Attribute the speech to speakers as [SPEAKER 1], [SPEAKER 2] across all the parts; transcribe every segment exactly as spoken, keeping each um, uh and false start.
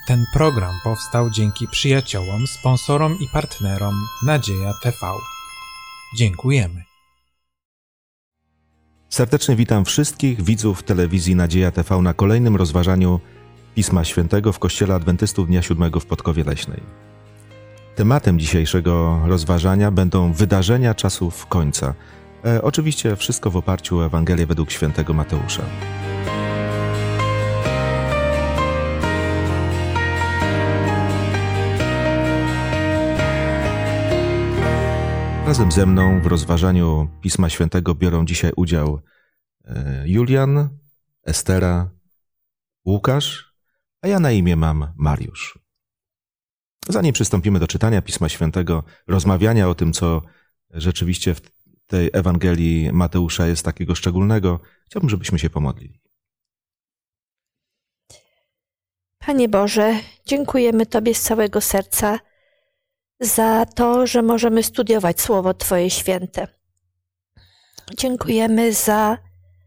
[SPEAKER 1] Ten program powstał dzięki przyjaciołom, sponsorom i partnerom Nadzieja T V. Dziękujemy.
[SPEAKER 2] Serdecznie witam wszystkich widzów telewizji Nadzieja T V na kolejnym rozważaniu Pisma Świętego w Kościele Adwentystów Dnia Siódmego w Podkowie Leśnej. Tematem dzisiejszego rozważania będą wydarzenia czasów końca. E, oczywiście wszystko w oparciu o Ewangelię według świętego Mateusza. Razem ze mną w rozważaniu Pisma Świętego biorą dzisiaj udział Julian, Estera, Łukasz, a ja na imię mam Mariusz. Zanim przystąpimy do czytania Pisma Świętego, rozmawiania o tym, co rzeczywiście w tej Ewangelii Mateusza jest takiego szczególnego, chciałbym, żebyśmy się pomodlili.
[SPEAKER 3] Panie Boże, dziękujemy Tobie z całego serca za to, że możemy studiować Słowo Twoje święte. Dziękujemy za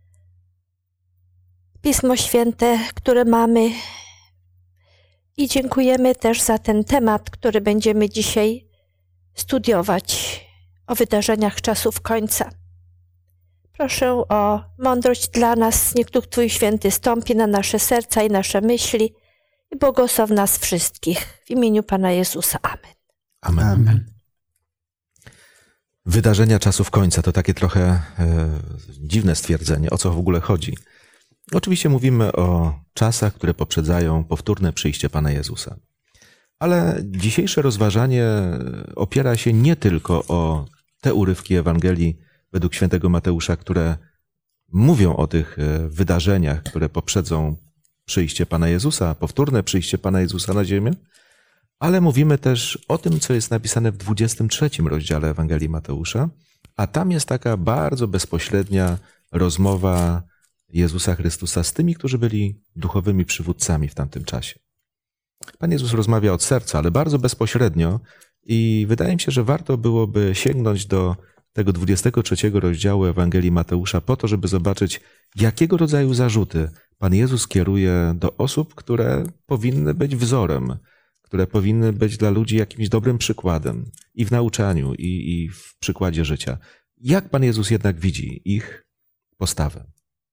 [SPEAKER 3] Pismo Święte, które mamy i dziękujemy też za ten temat, który będziemy dzisiaj studiować o wydarzeniach czasów końca. Proszę o mądrość dla nas, niech Duch Twój Święty stąpi na nasze serca i nasze myśli i błogosław nas wszystkich. W imieniu Pana Jezusa. Amen.
[SPEAKER 2] Amen. Amen. Wydarzenia czasów końca to takie trochę e, dziwne stwierdzenie, o co w ogóle chodzi. Oczywiście mówimy o czasach, które poprzedzają powtórne przyjście Pana Jezusa. Ale dzisiejsze rozważanie opiera się nie tylko o te urywki Ewangelii według świętego Mateusza, które mówią o tych wydarzeniach, które poprzedzą przyjście Pana Jezusa, powtórne przyjście Pana Jezusa na ziemię, ale mówimy też o tym, co jest napisane w dwudziestym trzecim rozdziale Ewangelii Mateusza, a tam jest taka bardzo bezpośrednia rozmowa Jezusa Chrystusa z tymi, którzy byli duchowymi przywódcami w tamtym czasie. Pan Jezus rozmawia od serca, ale bardzo bezpośrednio i wydaje mi się, że warto byłoby sięgnąć do tego dwudziestego trzeciego rozdziału Ewangelii Mateusza po to, żeby zobaczyć, jakiego rodzaju zarzuty Pan Jezus kieruje do osób, które powinny być wzorem, które powinny być dla ludzi jakimś dobrym przykładem i w nauczaniu, i, i w przykładzie życia. Jak Pan Jezus jednak widzi ich postawę?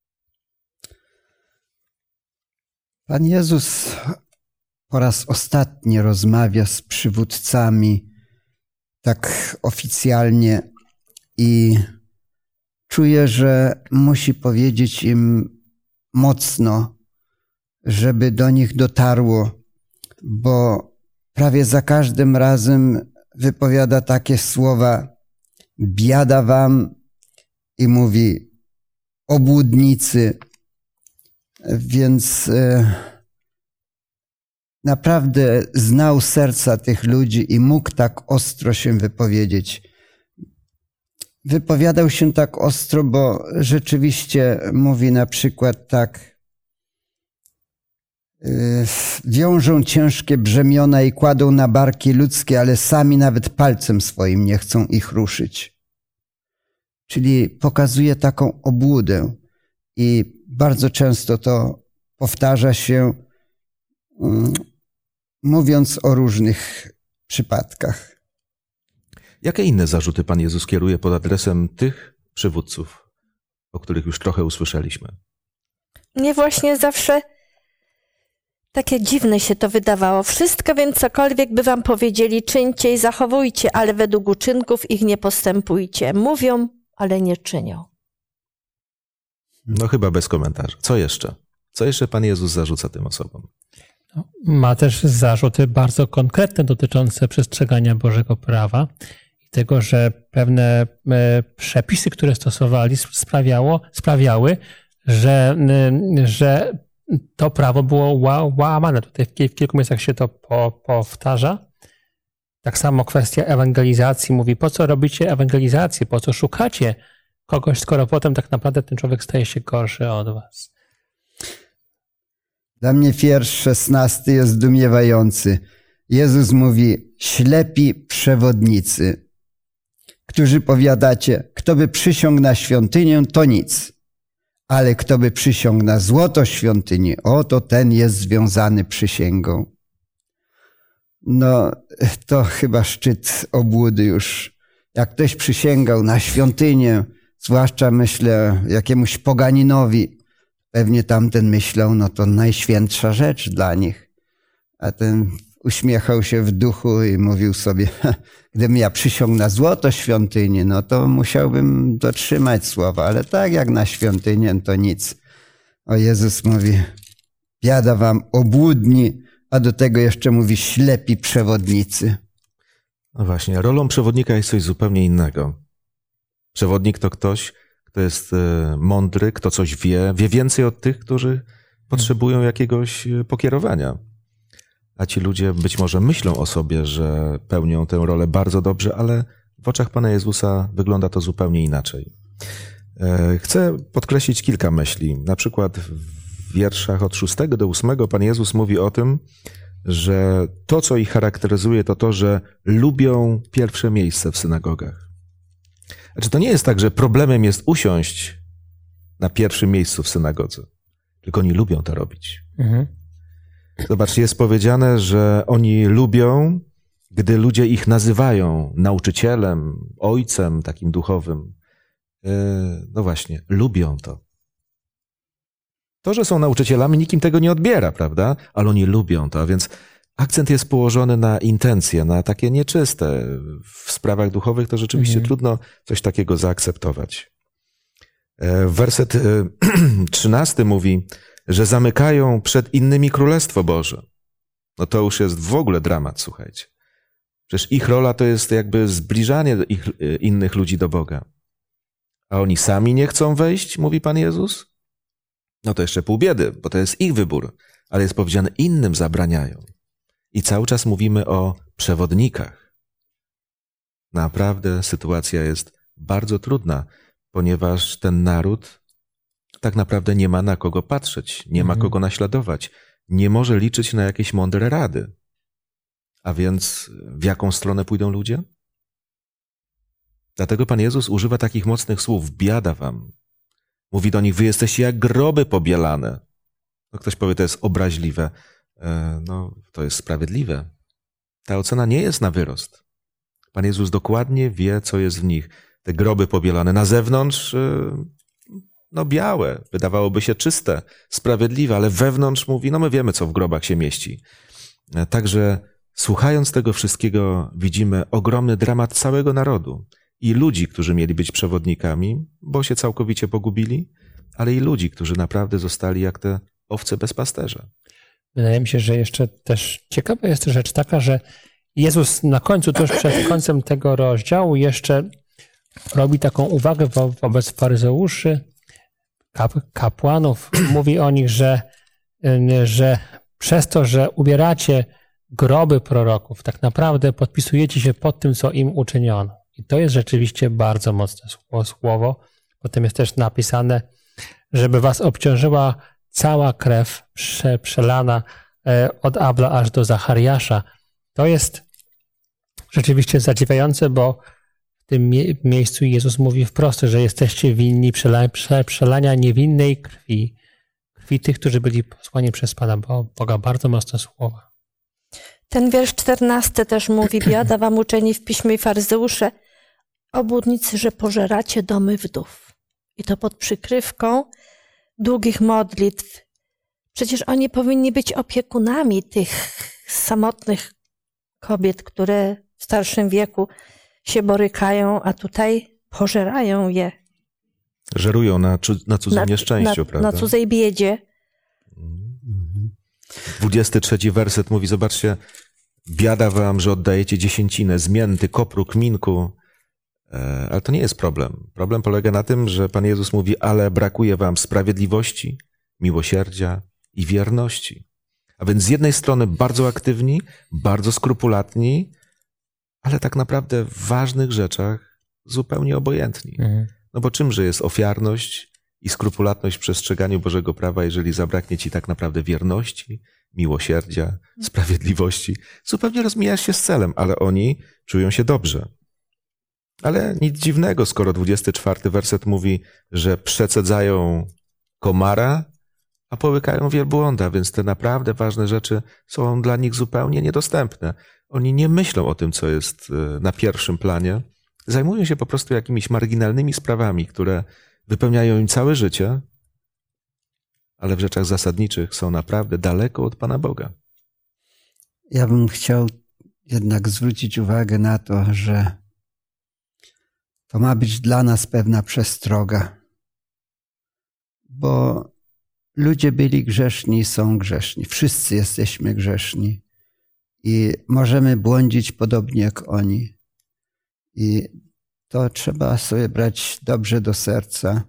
[SPEAKER 4] Pan Jezus po raz ostatni rozmawia z przywódcami tak oficjalnie i czuje, że musi powiedzieć im mocno, żeby do nich dotarło, bo prawie za każdym razem wypowiada takie słowa: biada wam, i mówi obłudnicy. Więc e, naprawdę znał serca tych ludzi i mógł tak ostro się wypowiedzieć. Wypowiadał się tak ostro, bo rzeczywiście mówi na przykład tak: wiążą ciężkie brzemiona i kładą na barki ludzkie, ale sami nawet palcem swoim nie chcą ich ruszyć. Czyli pokazuje taką obłudę i bardzo często to powtarza się, mówiąc o różnych przypadkach.
[SPEAKER 2] Jakie inne zarzuty Pan Jezus kieruje pod adresem tych przywódców, o których już trochę usłyszeliśmy?
[SPEAKER 3] Mnie właśnie zawsze takie dziwne się to wydawało. Wszystko więc cokolwiek by wam powiedzieli, czyńcie i zachowujcie, ale według uczynków ich nie postępujcie. Mówią, ale nie czynią.
[SPEAKER 2] No chyba bez komentarza. Co jeszcze? Co jeszcze Pan Jezus zarzuca tym osobom?
[SPEAKER 5] Ma też zarzuty bardzo konkretne dotyczące przestrzegania Bożego prawa i tego, że pewne przepisy, które stosowali, sprawiało, sprawiały, że, że to prawo było łamane. Tutaj w kilku miejscach się to powtarza. Tak samo kwestia ewangelizacji mówi: po co robicie ewangelizację, po co szukacie kogoś, skoro potem tak naprawdę ten człowiek staje się gorszy od was.
[SPEAKER 4] Dla mnie wiersz szesnasty jest zdumiewający. Jezus mówi: ślepi przewodnicy, którzy powiadacie, kto by przysiągł na świątynię, to nic. Ale kto by przysiągł na złoto świątyni, oto ten jest związany przysięgą. No, to chyba szczyt obłudy już. Jak ktoś przysięgał na świątynię, zwłaszcza myślę jakiemuś poganinowi, pewnie tamten myślał, no to najświętsza rzecz dla nich. A ten uśmiechał się w duchu i mówił sobie, gdybym ja przysiągł na złoto świątynię, no to musiałbym dotrzymać słowa, ale tak jak na świątynię, to nic. O, Jezus mówi, biada wam obłudni, a do tego jeszcze mówi ślepi przewodnicy.
[SPEAKER 2] No właśnie, rolą przewodnika jest coś zupełnie innego. Przewodnik to ktoś, kto jest mądry, kto coś wie, wie więcej od tych, którzy potrzebują jakiegoś pokierowania. A ci ludzie być może myślą o sobie, że pełnią tę rolę bardzo dobrze, ale w oczach Pana Jezusa wygląda to zupełnie inaczej. Chcę podkreślić kilka myśli. Na przykład w wierszach od szóstego do ósmego Pan Jezus mówi o tym, że to, co ich charakteryzuje, to to, że lubią pierwsze miejsce w synagogach. Znaczy, to nie jest tak, że problemem jest usiąść na pierwszym miejscu w synagodze, tylko oni lubią to robić. Mhm. Zobaczcie, jest powiedziane, że oni lubią, gdy ludzie ich nazywają nauczycielem, ojcem takim duchowym. No właśnie, lubią to. To, że są nauczycielami, nikim tego nie odbiera, prawda? Ale oni lubią to, a więc akcent jest położony na intencje, na takie nieczyste. W sprawach duchowych to rzeczywiście mhm. trudno coś takiego zaakceptować. Werset trzynasty mówi, że zamykają przed innymi Królestwo Boże. No to już jest w ogóle dramat, słuchajcie. Przecież ich rola to jest jakby zbliżanie ich, innych ludzi do Boga. A oni sami nie chcą wejść, mówi Pan Jezus? No to jeszcze pół biedy, bo to jest ich wybór. Ale jest powiedziane, innym zabraniają. I cały czas mówimy o przewodnikach. Naprawdę sytuacja jest bardzo trudna, ponieważ ten naród tak naprawdę nie ma na kogo patrzeć, nie ma kogo naśladować, nie może liczyć na jakieś mądre rady. A więc w jaką stronę pójdą ludzie? Dlatego Pan Jezus używa takich mocnych słów, biada wam. Mówi do nich, wy jesteście jak groby pobielane. No ktoś powie, to jest obraźliwe. No to jest sprawiedliwe. Ta ocena nie jest na wyrost. Pan Jezus dokładnie wie, co jest w nich. Te groby pobielane na zewnątrz, no białe, wydawałoby się czyste, sprawiedliwe, ale wewnątrz mówi, no my wiemy, co w grobach się mieści. Także słuchając tego wszystkiego widzimy ogromny dramat całego narodu i ludzi, którzy mieli być przewodnikami, bo się całkowicie pogubili, ale i ludzi, którzy naprawdę zostali jak te owce bez pasterza.
[SPEAKER 5] Wydaje mi się, że jeszcze też ciekawa jest rzecz taka, że Jezus na końcu, tuż przed końcem tego rozdziału jeszcze robi taką uwagę wo- wobec faryzeuszy, kap- kapłanów. Mówi o nich, że, że przez to, że ubieracie groby proroków, tak naprawdę podpisujecie się pod tym, co im uczyniono. I to jest rzeczywiście bardzo mocne słowo. Potem jest też napisane, żeby was obciążyła cała krew prze, przelana od Abla aż do Zachariasza. To jest rzeczywiście zadziwiające, bo w tym mie- miejscu Jezus mówi wprost, że jesteście winni przela- prze- przelania niewinnej krwi, krwi tych, którzy byli posłani przez Pana Boga. Bardzo mocne słowa.
[SPEAKER 3] Ten wiersz czternasty też mówi, biada wam uczeni w piśmie i faryzeusze, obłudnicy, że pożeracie domy wdów. I to pod przykrywką długich modlitw. Przecież oni powinni być opiekunami tych samotnych kobiet, które w starszym wieku się borykają, a tutaj pożerają je.
[SPEAKER 2] Żerują na, na cudzym
[SPEAKER 3] na,
[SPEAKER 2] nieszczęściu,
[SPEAKER 3] na,
[SPEAKER 2] prawda?
[SPEAKER 3] Na cudzej biedzie.
[SPEAKER 2] dwudziesty trzeci werset mówi, zobaczcie, biada wam, że oddajecie dziesięcinę z mięty, kopru, kminku. Ale to nie jest problem. Problem polega na tym, że Pan Jezus mówi, ale brakuje wam sprawiedliwości, miłosierdzia i wierności. A więc z jednej strony bardzo aktywni, bardzo skrupulatni, ale tak naprawdę w ważnych rzeczach zupełnie obojętni. Mhm. No bo czymże jest ofiarność i skrupulatność w przestrzeganiu Bożego prawa, jeżeli zabraknie ci tak naprawdę wierności, miłosierdzia, sprawiedliwości? Zupełnie rozmijasz się z celem, ale oni czują się dobrze. Ale nic dziwnego, skoro dwudziesty czwarty werset mówi, że przecedzają komara, a połykają wielbłąda, więc te naprawdę ważne rzeczy są dla nich zupełnie niedostępne. Oni nie myślą o tym, co jest na pierwszym planie. Zajmują się po prostu jakimiś marginalnymi sprawami, które wypełniają im całe życie, ale w rzeczach zasadniczych są naprawdę daleko od Pana Boga.
[SPEAKER 4] Ja bym chciał jednak zwrócić uwagę na to, że to ma być dla nas pewna przestroga, bo ludzie byli grzeszni i są grzeszni. Wszyscy jesteśmy grzeszni i możemy błądzić podobnie jak oni. I to trzeba sobie brać dobrze do serca,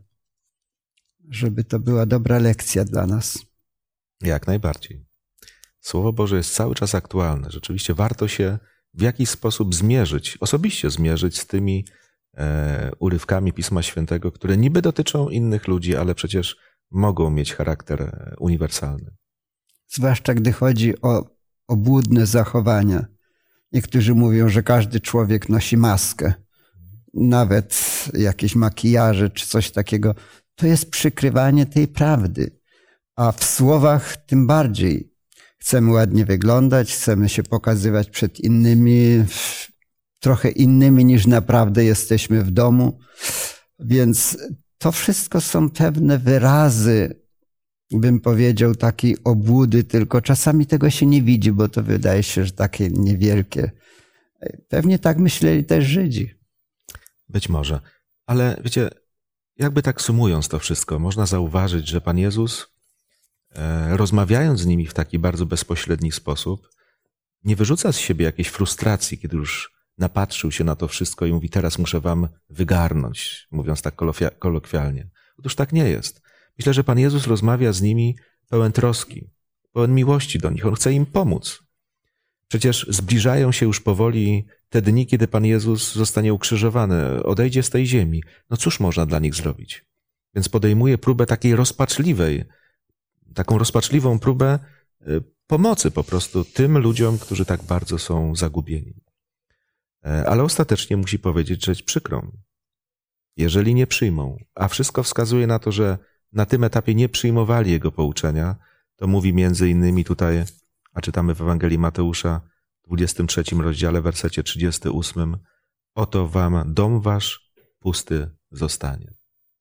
[SPEAKER 4] żeby to była dobra lekcja dla nas.
[SPEAKER 2] Jak najbardziej. Słowo Boże jest cały czas aktualne. Rzeczywiście warto się w jakiś sposób zmierzyć, osobiście zmierzyć z tymi e, urywkami Pisma Świętego, które niby dotyczą innych ludzi, ale przecież mogą mieć charakter uniwersalny.
[SPEAKER 4] Zwłaszcza gdy chodzi o obłudne zachowania. Niektórzy mówią, że każdy człowiek nosi maskę. Nawet jakieś makijaże czy coś takiego. To jest przykrywanie tej prawdy. A w słowach tym bardziej. Chcemy ładnie wyglądać, chcemy się pokazywać przed innymi, trochę innymi niż naprawdę jesteśmy w domu. Więc to wszystko są pewne wyrazy, bym powiedział, takiej obłudy, tylko czasami tego się nie widzi, bo to wydaje się, że takie niewielkie. Pewnie tak myśleli też Żydzi.
[SPEAKER 2] Być może. Ale wiecie, jakby tak sumując to wszystko, można zauważyć, że Pan Jezus, rozmawiając z nimi w taki bardzo bezpośredni sposób, nie wyrzuca z siebie jakiejś frustracji, kiedy już napatrzył się na to wszystko i mówi, teraz muszę wam wygarnąć, mówiąc tak kolokwialnie. Otóż tak nie jest. Myślę, że Pan Jezus rozmawia z nimi pełen troski, pełen miłości do nich. On chce im pomóc. Przecież zbliżają się już powoli te dni, kiedy Pan Jezus zostanie ukrzyżowany, odejdzie z tej ziemi. No cóż można dla nich zrobić? Więc podejmuje próbę takiej rozpaczliwej, taką rozpaczliwą próbę pomocy po prostu tym ludziom, którzy tak bardzo są zagubieni. Ale ostatecznie musi powiedzieć rzecz przykrą. Jeżeli nie przyjmą, a wszystko wskazuje na to, że na tym etapie nie przyjmowali Jego pouczenia, to mówi między innymi tutaj, a czytamy w Ewangelii Mateusza, w dwudziestym trzecim rozdziale, wersecie trzydziestym ósmym, oto wam dom wasz pusty zostanie.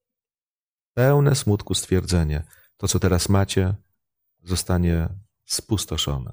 [SPEAKER 2] Pełne smutku stwierdzenie, to co teraz macie, zostanie spustoszone.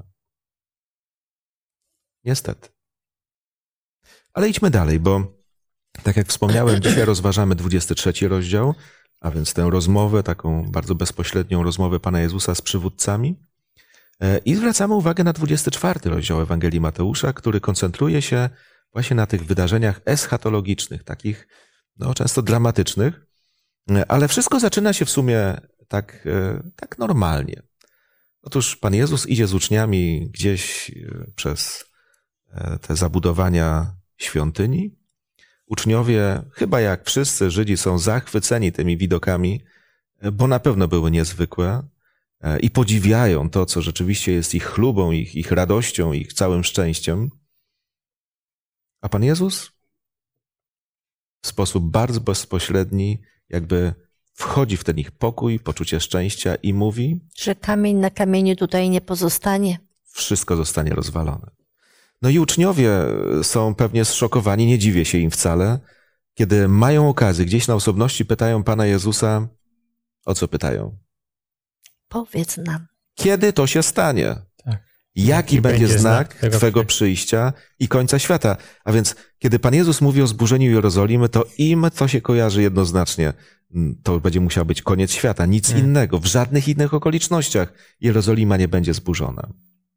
[SPEAKER 2] Niestety. Ale idźmy dalej, bo tak jak wspomniałem, dzisiaj rozważamy dwudziesty trzeci rozdział, a więc tę rozmowę, taką bardzo bezpośrednią rozmowę Pana Jezusa z przywódcami. I zwracamy uwagę na dwudziesty czwarty rozdział Ewangelii Mateusza, który koncentruje się właśnie na tych wydarzeniach eschatologicznych, takich no, często dramatycznych, ale wszystko zaczyna się w sumie tak, tak normalnie. Otóż Pan Jezus idzie z uczniami gdzieś przez te zabudowania świątyni. Uczniowie, chyba jak wszyscy Żydzi, są zachwyceni tymi widokami, bo na pewno były niezwykłe i podziwiają to, co rzeczywiście jest ich chlubą, ich, ich radością, ich całym szczęściem. A Pan Jezus w sposób bardzo bezpośredni jakby wchodzi w ten ich pokój, poczucie szczęścia i mówi,
[SPEAKER 3] że kamień na kamieniu tutaj nie pozostanie.
[SPEAKER 2] Wszystko zostanie rozwalone. No i uczniowie są pewnie zszokowani, nie dziwię się im wcale, kiedy mają okazję, gdzieś na osobności pytają Pana Jezusa, o co pytają?
[SPEAKER 3] Powiedz nam.
[SPEAKER 2] Kiedy to się stanie?
[SPEAKER 5] Tak.
[SPEAKER 2] Jaki, Jaki będzie, będzie znak Twego, twego przyjścia i końca świata? A więc, kiedy Pan Jezus mówi o zburzeniu Jerozolimy, to im to się kojarzy jednoznacznie. To będzie musiał być koniec świata, nic hmm. innego. W żadnych innych okolicznościach Jerozolima nie będzie zburzona.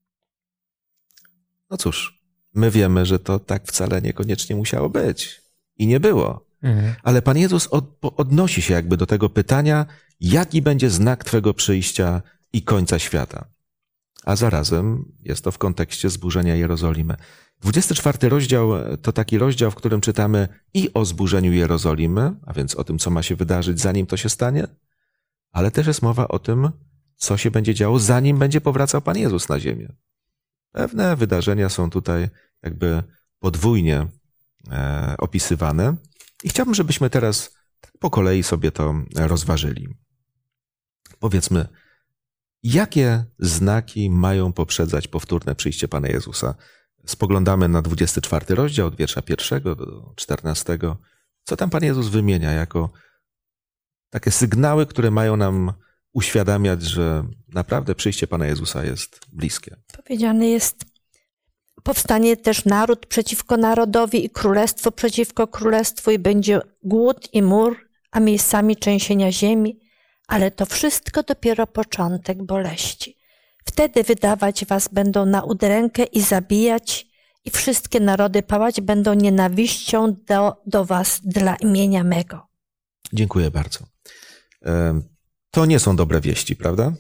[SPEAKER 2] No cóż, my wiemy, że to tak wcale niekoniecznie musiało być. I nie było. Mhm. Ale Pan Jezus od, odnosi się jakby do tego pytania, jaki będzie znak Twego przyjścia i końca świata. A zarazem jest to w kontekście zburzenia Jerozolimy. dwudziesty czwarty rozdział to taki rozdział, w którym czytamy i o zburzeniu Jerozolimy, a więc o tym, co ma się wydarzyć, zanim to się stanie, ale też jest mowa o tym, co się będzie działo, zanim będzie powracał Pan Jezus na ziemię. Pewne wydarzenia są tutaj jakby podwójnie e, opisywane i chciałbym, żebyśmy teraz po kolei sobie to rozważyli. Powiedzmy, jakie znaki mają poprzedzać powtórne przyjście Pana Jezusa? spoglądamy na dwudziesty czwarty rozdział od wiersza pierwszego do czternastego, co tam Pan Jezus wymienia jako takie sygnały, które mają nam uświadamiać, że naprawdę przyjście Pana Jezusa jest bliskie.
[SPEAKER 3] Powiedziane jest, powstanie też naród przeciwko narodowi i królestwo przeciwko królestwu i będzie głód i mur, a miejscami trzęsienia ziemi, ale to wszystko dopiero początek boleści. Wtedy wydawać was będą na udrękę i zabijać i wszystkie narody pałać będą nienawiścią do, do was dla imienia mego.
[SPEAKER 2] Dziękuję bardzo. To nie są dobre wieści, prawda?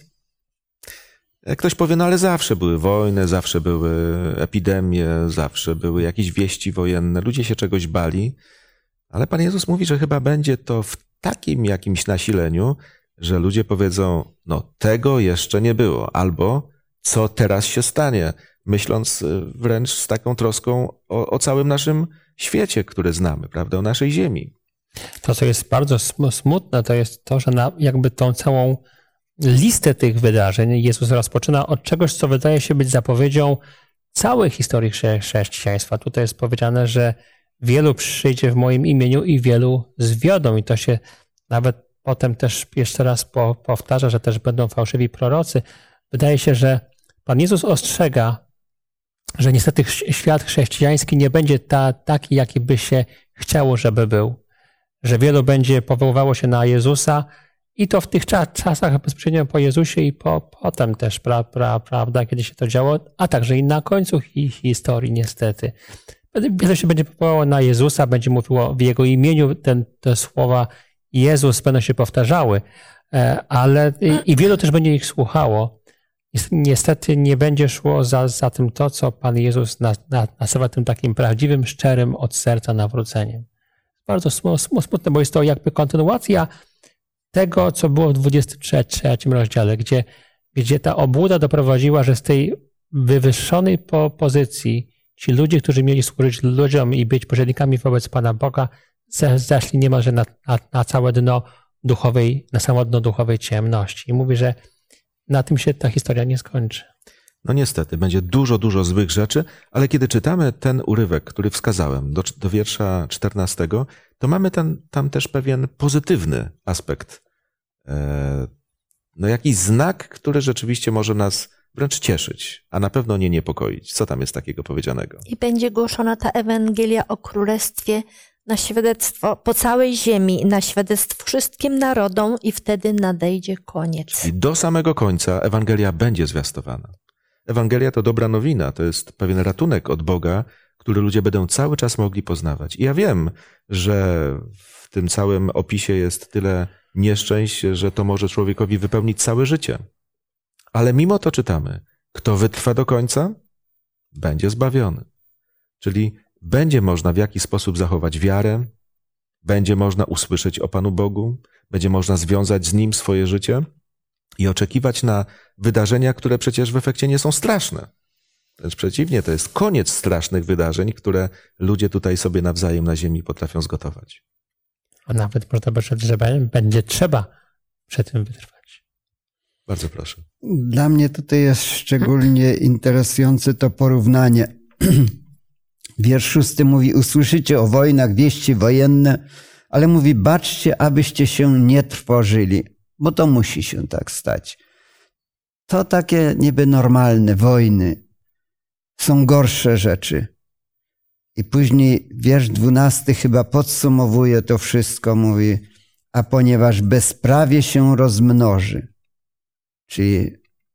[SPEAKER 2] Ktoś powie, no ale zawsze były wojny, zawsze były epidemie, zawsze były jakieś wieści wojenne, ludzie się czegoś bali, ale Pan Jezus mówi, że chyba będzie to w takim jakimś nasileniu, że ludzie powiedzą, no tego jeszcze nie było, albo co teraz się stanie, myśląc wręcz z taką troską o, o całym naszym świecie, który znamy, prawda, o naszej ziemi.
[SPEAKER 5] To, co jest bardzo smutne, to jest to, że na jakby tą całą listę tych wydarzeń Jezus rozpoczyna od czegoś, co wydaje się być zapowiedzią całej historii chrześcijaństwa. Tutaj jest powiedziane, że wielu przyjdzie w moim imieniu i wielu zwiodą. I to się nawet potem też jeszcze raz powtarza, że też będą fałszywi prorocy. Wydaje się, że Pan Jezus ostrzega, że niestety świat chrześcijański nie będzie ta, taki, jaki by się chciało, żeby był. Że wielu będzie powoływało się na Jezusa i to w tych czasach bezpośrednio po Jezusie i po, potem też, pra, pra, prawda, kiedy się to działo, a także i na końcu hi, historii niestety. Wiele się będzie powołało na Jezusa, będzie mówiło w Jego imieniu, ten, te słowa Jezus będą się powtarzały, ale i, i wielu też będzie ich słuchało. Niestety nie będzie szło za, za tym to, co Pan Jezus nazywa tym takim prawdziwym, szczerym od serca nawróceniem. Bardzo smutne, bo jest to jakby kontynuacja tego, co było w dwudziestym trzecim rozdziale, gdzie, gdzie ta obłuda doprowadziła, że z tej wywyższonej po pozycji ci ludzie, którzy mieli służyć ludziom i być pośrednikami wobec Pana Boga, zeszli niemalże na, na, na całe dno duchowej, na samo dno duchowej ciemności. I mówi, że na tym się ta historia nie skończy.
[SPEAKER 2] No niestety, będzie dużo, dużo złych rzeczy, ale kiedy czytamy ten urywek, który wskazałem, do, do wiersza czternastego, to mamy ten, tam też pewien pozytywny aspekt. E, no jakiś znak, który rzeczywiście może nas wręcz cieszyć, a na pewno nie niepokoić. Co tam jest takiego powiedzianego?
[SPEAKER 3] I będzie głoszona ta Ewangelia o Królestwie na świadectwo po całej ziemi, na świadectwo wszystkim narodom i wtedy nadejdzie koniec.
[SPEAKER 2] I do samego końca Ewangelia będzie zwiastowana. Ewangelia to dobra nowina, to jest pewien ratunek od Boga, który ludzie będą cały czas mogli poznawać. I ja wiem, że w tym całym opisie jest tyle nieszczęść, że to może człowiekowi wypełnić całe życie. Ale mimo to czytamy, kto wytrwa do końca, będzie zbawiony. Czyli będzie można w jakiś sposób zachować wiarę, będzie można usłyszeć o Panu Bogu, będzie można związać z Nim swoje życie i oczekiwać na wydarzenia, które przecież w efekcie nie są straszne. Wręcz przeciwnie, to jest koniec strasznych wydarzeń, które ludzie tutaj sobie nawzajem na ziemi potrafią zgotować.
[SPEAKER 5] A nawet można by rzec, że będzie trzeba przed tym wytrwać.
[SPEAKER 2] Bardzo proszę.
[SPEAKER 4] Dla mnie tutaj jest szczególnie interesujące to porównanie. Wiersz szósty mówi, usłyszycie o wojnach wieści wojenne, ale mówi, baczcie, abyście się nie trwożyli, bo to musi się tak stać. To takie niby normalne wojny. Są gorsze rzeczy. I później wiersz dwunasty chyba podsumowuje to wszystko, mówi, a ponieważ bezprawie się rozmnoży. Czyli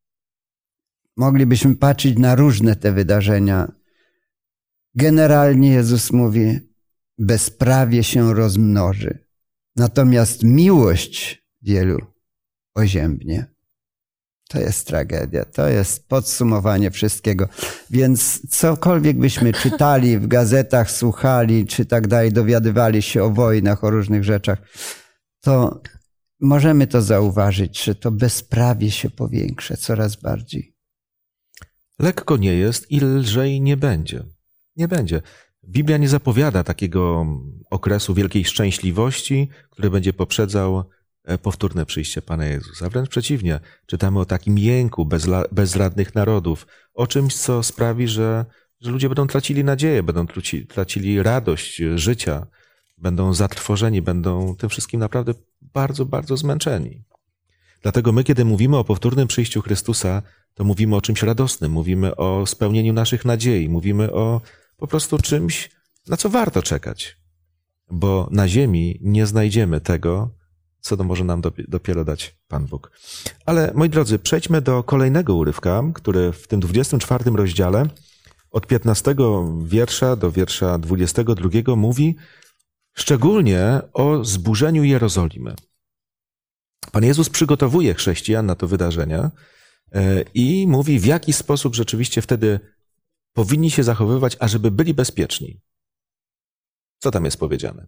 [SPEAKER 4] moglibyśmy patrzeć na różne te wydarzenia. Generalnie Jezus mówi, bezprawie się rozmnoży. Natomiast miłość wielu oziębnie. To jest tragedia, to jest podsumowanie wszystkiego. Więc cokolwiek byśmy czytali w gazetach, słuchali, czy tak dalej, dowiadywali się o wojnach, o różnych rzeczach, to możemy to zauważyć, że to bezprawie się powiększa coraz bardziej.
[SPEAKER 2] Lekko nie jest i lżej nie będzie. Nie będzie. Biblia nie zapowiada takiego okresu wielkiej szczęśliwości, który będzie poprzedzał powtórne przyjście Pana Jezusa. Wręcz przeciwnie, czytamy o takim jęku bezla, bezradnych narodów, o czymś, co sprawi, że, że ludzie będą tracili nadzieję, będą truci, tracili radość życia, będą zatrwożeni, będą tym wszystkim naprawdę bardzo, bardzo zmęczeni. Dlatego my, kiedy mówimy o powtórnym przyjściu Chrystusa, to mówimy o czymś radosnym, mówimy o spełnieniu naszych nadziei, mówimy o po prostu czymś, na co warto czekać. Bo na ziemi nie znajdziemy tego, co to może nam dopiero dać Pan Bóg. Ale moi drodzy, przejdźmy do kolejnego urywka, który w tym dwudziestym czwartym rozdziale od piętnastego wiersza do wiersza dwudziestego drugiego mówi szczególnie o zburzeniu Jerozolimy. Pan Jezus przygotowuje chrześcijan na to wydarzenie i mówi, w jaki sposób rzeczywiście wtedy powinni się zachowywać, ażeby byli bezpieczni. Co tam jest powiedziane?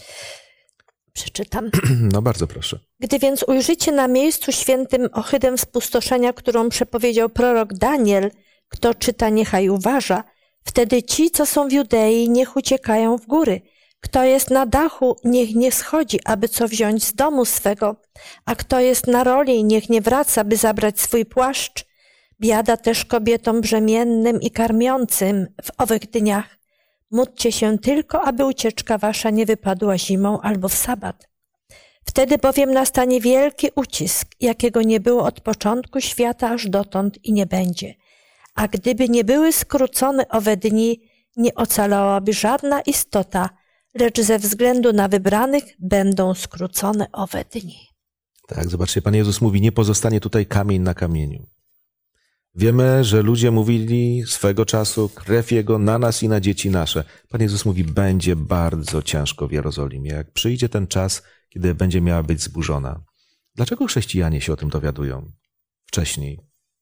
[SPEAKER 3] Przeczytam.
[SPEAKER 2] No bardzo proszę.
[SPEAKER 3] Gdy więc ujrzycie na miejscu świętym ohydę spustoszenia, którą przepowiedział prorok Daniel, kto czyta, niechaj uważa, wtedy ci, co są w Judei, niech uciekają w góry. Kto jest na dachu, niech nie schodzi, aby co wziąć z domu swego, a kto jest na roli, niech nie wraca, by zabrać swój płaszcz. Biada też kobietom brzemiennym i karmiącym w owych dniach. Módlcie się tylko, aby ucieczka wasza nie wypadła zimą albo w sabat. Wtedy bowiem nastanie wielki ucisk, jakiego nie było od początku świata aż dotąd i nie będzie. A gdyby nie były skrócone owe dni, nie ocalałaby żadna istota, lecz ze względu na wybranych będą skrócone owe dni.
[SPEAKER 2] Tak, zobaczcie, Pan Jezus mówi, nie pozostanie tutaj kamień na kamieniu. Wiemy, że ludzie mówili swego czasu, krew Jego na nas i na dzieci nasze. Pan Jezus mówi, będzie bardzo ciężko w Jerozolimie, jak przyjdzie ten czas, kiedy będzie miała być zburzona. Dlaczego chrześcijanie się o tym dowiadują wcześniej?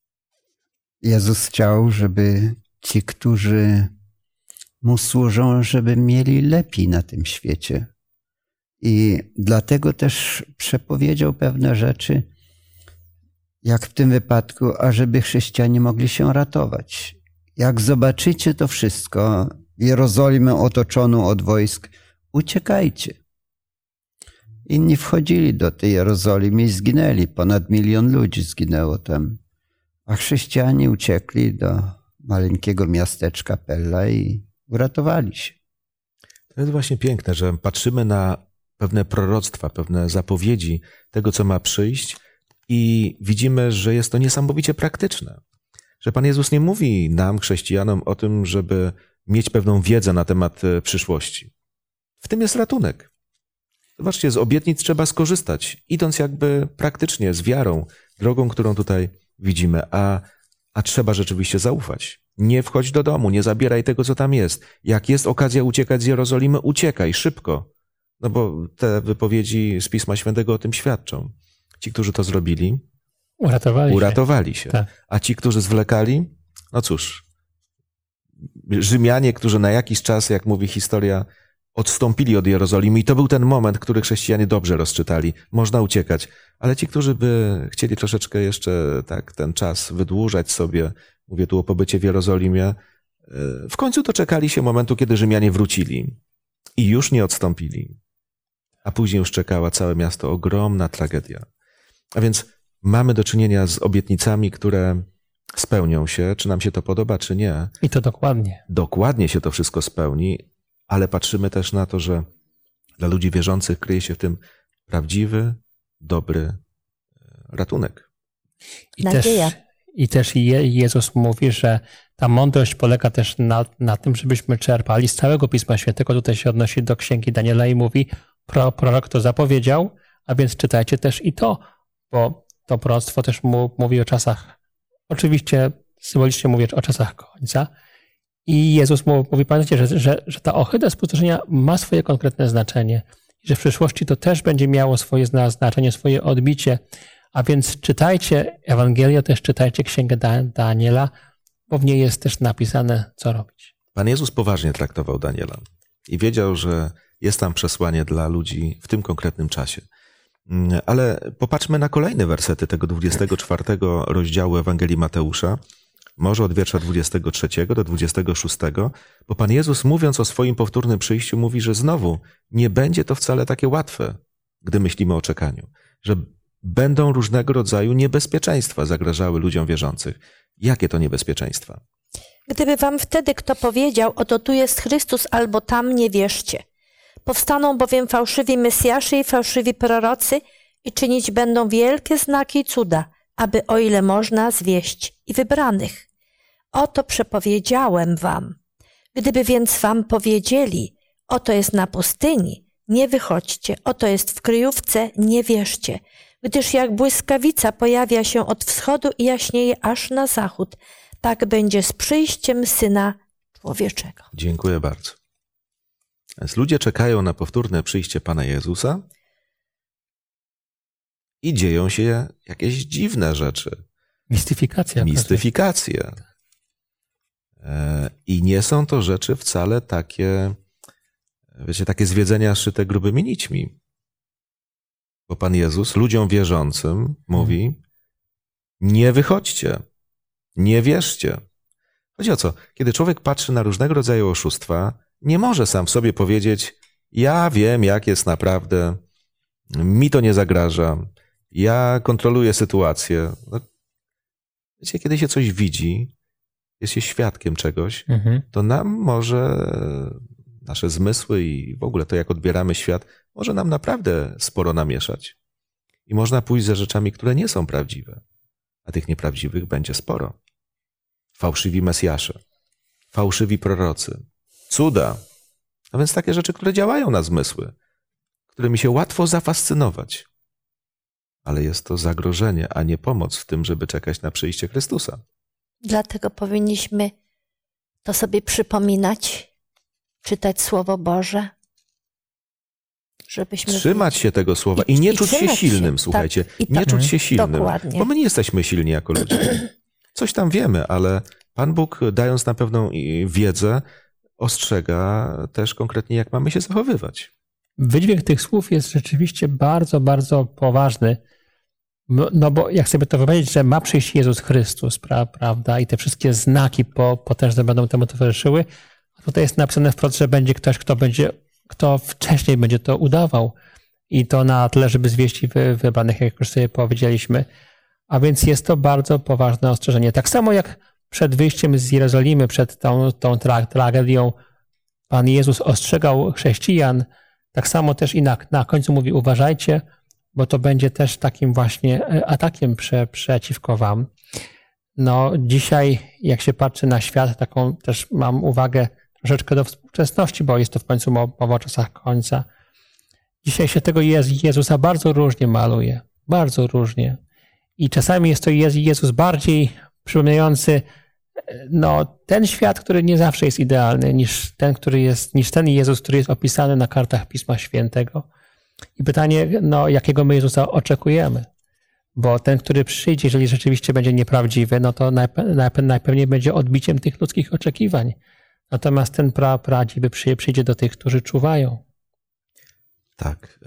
[SPEAKER 4] Jezus chciał, żeby ci, którzy Mu służą, żeby mieli lepiej na tym świecie. I dlatego też przepowiedział pewne rzeczy, jak w tym wypadku, ażeby chrześcijanie mogli się ratować. Jak zobaczycie to wszystko, Jerozolimę otoczoną od wojsk, uciekajcie. Inni wchodzili do tej Jerozolimy i zginęli. Ponad milion ludzi zginęło tam. A chrześcijanie uciekli do maleńkiego miasteczka Pella i uratowali się.
[SPEAKER 2] To jest właśnie piękne, że patrzymy na pewne proroctwa, pewne zapowiedzi tego, co ma przyjść i widzimy, że jest to niesamowicie praktyczne. Że Pan Jezus nie mówi nam, chrześcijanom, o tym, żeby mieć pewną wiedzę na temat przyszłości. W tym jest ratunek. Zobaczcie, z obietnic trzeba skorzystać, idąc jakby praktycznie, z wiarą, drogą, którą tutaj widzimy, a, a trzeba rzeczywiście zaufać. Nie wchodź do domu, nie zabieraj tego, co tam jest. Jak jest okazja uciekać z Jerozolimy, uciekaj szybko. No bo te wypowiedzi z Pisma Świętego o tym świadczą. Ci, którzy to zrobili,
[SPEAKER 5] uratowali się.
[SPEAKER 2] Uratowali się.
[SPEAKER 5] Tak.
[SPEAKER 2] A ci, którzy zwlekali, no cóż, Rzymianie, którzy na jakiś czas, jak mówi historia, odstąpili od Jerozolimy i to był ten moment, który chrześcijanie dobrze rozczytali. Można uciekać. Ale ci, którzy by chcieli troszeczkę jeszcze tak ten czas wydłużać sobie, mówię tu o pobycie w Jerozolimie, w końcu doczekali się momentu, kiedy Rzymianie wrócili i już nie odstąpili. A później już czekała całe miasto ogromna tragedia. A więc mamy do czynienia z obietnicami, które spełnią się, czy nam się to podoba, czy nie.
[SPEAKER 5] I to dokładnie.
[SPEAKER 2] Dokładnie się to wszystko spełni, ale patrzymy też na to, że dla ludzi wierzących kryje się w tym prawdziwy, dobry ratunek.
[SPEAKER 5] I
[SPEAKER 3] Nadzieja.
[SPEAKER 5] też, i też Je, Jezus mówi, że ta mądrość polega też na, na tym, żebyśmy czerpali z całego Pisma Świętego. Tutaj się odnosi do Księgi Daniela i mówi, pro, prorok to zapowiedział, a więc czytajcie też i to, bo to proroctwo też mu, mówi o czasach, oczywiście symbolicznie mówi o czasach końca. I Jezus mówi, pamiętajcie, że, że, że ta ohyda spustoszenia ma swoje konkretne znaczenie i że w przyszłości to też będzie miało swoje znaczenie, swoje odbicie. A więc czytajcie Ewangelię, też czytajcie Księgę Daniela, bo w niej jest też napisane, co robić.
[SPEAKER 2] Pan Jezus poważnie traktował Daniela i wiedział, że jest tam przesłanie dla ludzi w tym konkretnym czasie. Ale popatrzmy na kolejne wersety tego dwudziestego czwartego rozdziału Ewangelii Mateusza, może od wiersza dwudziestego trzeciego do dwudziestego szóstego, bo Pan Jezus, mówiąc o swoim powtórnym przyjściu, mówi, że znowu nie będzie to wcale takie łatwe, gdy myślimy o czekaniu, że będą różnego rodzaju niebezpieczeństwa zagrażały ludziom wierzących. Jakie to niebezpieczeństwa?
[SPEAKER 3] Gdyby wam wtedy kto powiedział, oto tu jest Chrystus albo tam, nie wierzcie. Powstaną bowiem fałszywi Mesjasze i fałszywi prorocy i czynić będą wielkie znaki i cuda, aby o ile można zwieść i wybranych. Oto przepowiedziałem wam. Gdyby więc wam powiedzieli, oto jest na pustyni, nie wychodźcie, oto jest w kryjówce, nie wierzcie. Gdyż jak błyskawica pojawia się od wschodu i jaśnieje aż na zachód, tak będzie z przyjściem Syna Człowieczego.
[SPEAKER 2] Dziękuję bardzo. Więc ludzie czekają na powtórne przyjście Pana Jezusa i dzieją się jakieś dziwne rzeczy.
[SPEAKER 5] Mistyfikacja.
[SPEAKER 2] Mistyfikacje. I nie są to rzeczy wcale takie, wiecie, takie zwiedzenia szyte grubymi nićmi. Bo Pan Jezus ludziom wierzącym mówi, nie wychodźcie, nie wierzcie. Chodzi o co? Kiedy człowiek patrzy na różnego rodzaju oszustwa, nie może sam w sobie powiedzieć, ja wiem, jak jest naprawdę, mi to nie zagraża, ja kontroluję sytuację. No, wiecie, kiedy się coś widzi, jest się świadkiem czegoś,
[SPEAKER 5] Mhm.
[SPEAKER 2] to nam może nasze zmysły i w ogóle to, jak odbieramy świat, może nam naprawdę sporo namieszać. I można pójść za rzeczami, które nie są prawdziwe. A tych nieprawdziwych będzie sporo. Fałszywi Mesjasze, fałszywi prorocy, cuda. A więc takie rzeczy, które działają na zmysły, którymi się łatwo zafascynować. Ale jest to zagrożenie, a nie pomoc w tym, żeby czekać na przyjście Chrystusa.
[SPEAKER 3] Dlatego powinniśmy to sobie przypominać, czytać Słowo Boże, żebyśmy...
[SPEAKER 2] Trzymać się tego słowa i,
[SPEAKER 3] I-
[SPEAKER 2] nie
[SPEAKER 3] i
[SPEAKER 2] czuć się
[SPEAKER 3] trzymać się,
[SPEAKER 2] silnym,
[SPEAKER 3] tak,
[SPEAKER 2] słuchajcie.
[SPEAKER 3] i
[SPEAKER 2] Nie
[SPEAKER 3] tak.
[SPEAKER 2] czuć się silnym,
[SPEAKER 3] Dokładnie.
[SPEAKER 2] bo my nie jesteśmy silni jako ludzie. Coś tam wiemy, ale Pan Bóg, dając na pewną i- wiedzę, ostrzega też konkretnie, jak mamy się zachowywać.
[SPEAKER 5] Wydźwięk tych słów jest rzeczywiście bardzo, bardzo poważny. No, no bo jak sobie to wyobrazić, że ma przyjść Jezus Chrystus, pra, prawda, i te wszystkie znaki po, potężne będą temu towarzyszyły, a tutaj jest napisane wprost, że będzie ktoś, kto będzie, kto wcześniej będzie to udawał. I to na tyle, żeby zwieść wy, wybranych, jak już sobie powiedzieliśmy. A więc jest to bardzo poważne ostrzeżenie. Tak samo jak przed wyjściem z Jerozolimy, przed tą, tą tra- tragedią, Pan Jezus ostrzegał chrześcijan, tak samo też i na, na końcu mówi, uważajcie, bo to będzie też takim właśnie atakiem prze, przeciwko wam. No dzisiaj, jak się patrzy na świat, taką też mam uwagę troszeczkę do współczesności, bo jest to w końcu mowa o czasach końca. Dzisiaj się tego Jez- Jezusa bardzo różnie maluje, bardzo różnie. I czasami jest to Jez- Jezus bardziej przypominający no, ten świat, który nie zawsze jest idealny, niż ten, który jest, niż ten Jezus, który jest opisany na kartach Pisma Świętego. I pytanie, no, jakiego my Jezusa oczekujemy? Bo ten, który przyjdzie, jeżeli rzeczywiście będzie nieprawdziwy, no to najpe- najpe- najpewniej będzie odbiciem tych ludzkich oczekiwań. Natomiast ten pra- prawdziwy przyjdzie, przyjdzie do tych, którzy czuwają.
[SPEAKER 2] Tak.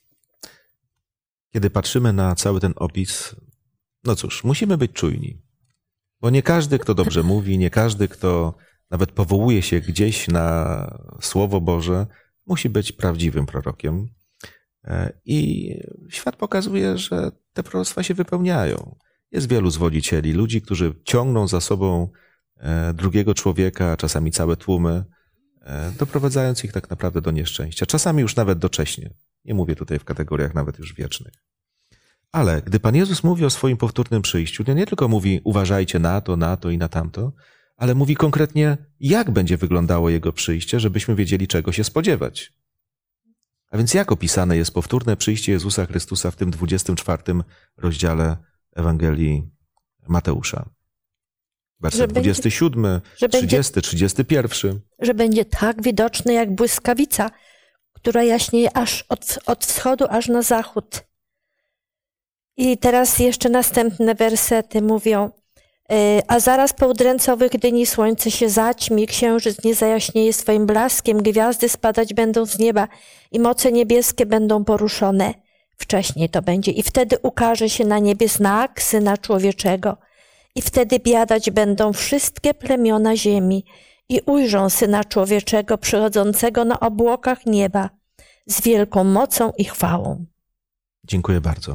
[SPEAKER 2] Kiedy patrzymy na cały ten opis, no cóż, musimy być czujni. Bo nie każdy, kto dobrze mówi, nie każdy, kto nawet powołuje się gdzieś na Słowo Boże, musi być prawdziwym prorokiem. I świat pokazuje, że te proroctwa się wypełniają. Jest wielu zwodzicieli, ludzi, którzy ciągną za sobą drugiego człowieka, czasami całe tłumy, doprowadzając ich tak naprawdę do nieszczęścia. Czasami już nawet docześnie. Nie mówię tutaj w kategoriach nawet już wiecznych. Ale gdy Pan Jezus mówi o swoim powtórnym przyjściu, to nie tylko mówi uważajcie na to, na to i na tamto, ale mówi konkretnie, jak będzie wyglądało Jego przyjście, żebyśmy wiedzieli, czego się spodziewać. A więc jak opisane jest powtórne przyjście Jezusa Chrystusa w tym dwudziestym czwartym rozdziale Ewangelii Mateusza? Werset
[SPEAKER 3] Że będzie-
[SPEAKER 2] dwudziesty siódmy,
[SPEAKER 3] że będzie-
[SPEAKER 2] trzydziesty, trzydziesty pierwszy.
[SPEAKER 3] że będzie tak widoczny jak błyskawica, która jaśnieje aż od, od wschodu aż na zachód. I teraz jeszcze następne wersety mówią, y, a zaraz po udręce owych dni słońce się zaćmi, księżyc nie zajaśnieje swoim blaskiem, gwiazdy spadać będą z nieba i moce niebieskie będą poruszone. Wcześniej to będzie i wtedy ukaże się na niebie znak Syna Człowieczego i wtedy biadać będą wszystkie plemiona ziemi i ujrzą Syna Człowieczego przychodzącego na obłokach nieba z wielką mocą i chwałą.
[SPEAKER 2] Dziękuję bardzo.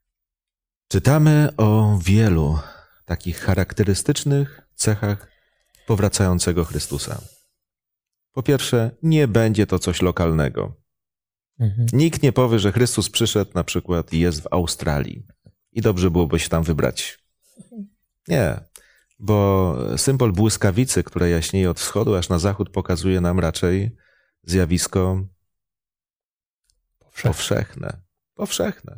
[SPEAKER 2] Czytamy o wielu takich charakterystycznych cechach powracającego Chrystusa. Po pierwsze, nie będzie to coś lokalnego.
[SPEAKER 5] Mhm.
[SPEAKER 2] Nikt nie powie, że Chrystus przyszedł na przykład i jest w Australii i dobrze byłoby się tam wybrać. Nie, bo symbol błyskawicy, która jaśnieje od wschodu aż na zachód, pokazuje nam raczej zjawisko
[SPEAKER 5] Powszechne.
[SPEAKER 2] powszechne. Powszechne.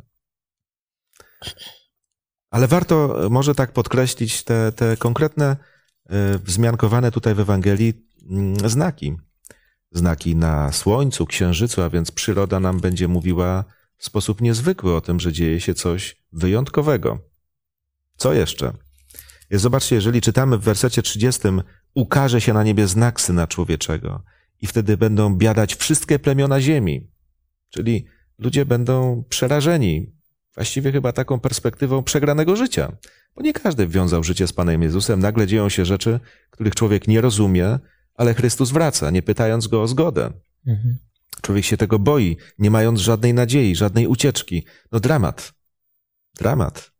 [SPEAKER 2] Ale warto może tak podkreślić te, te konkretne, y, wzmiankowane tutaj w Ewangelii y, znaki. Znaki na słońcu, księżycu, a więc przyroda nam będzie mówiła w sposób niezwykły o tym, że dzieje się coś wyjątkowego. Co jeszcze? Zobaczcie, jeżeli czytamy w wersecie trzydziestym, ukaże się na niebie znak Syna Człowieczego i wtedy będą biadać wszystkie plemiona ziemi. Czyli ludzie będą przerażeni, właściwie chyba taką perspektywą przegranego życia. Bo nie każdy wiązał życie z Panem Jezusem. Nagle dzieją się rzeczy, których człowiek nie rozumie, ale Chrystus wraca, nie pytając go o zgodę.
[SPEAKER 5] Mhm.
[SPEAKER 2] Człowiek się tego boi, nie mając żadnej nadziei, żadnej ucieczki. No dramat. Dramat.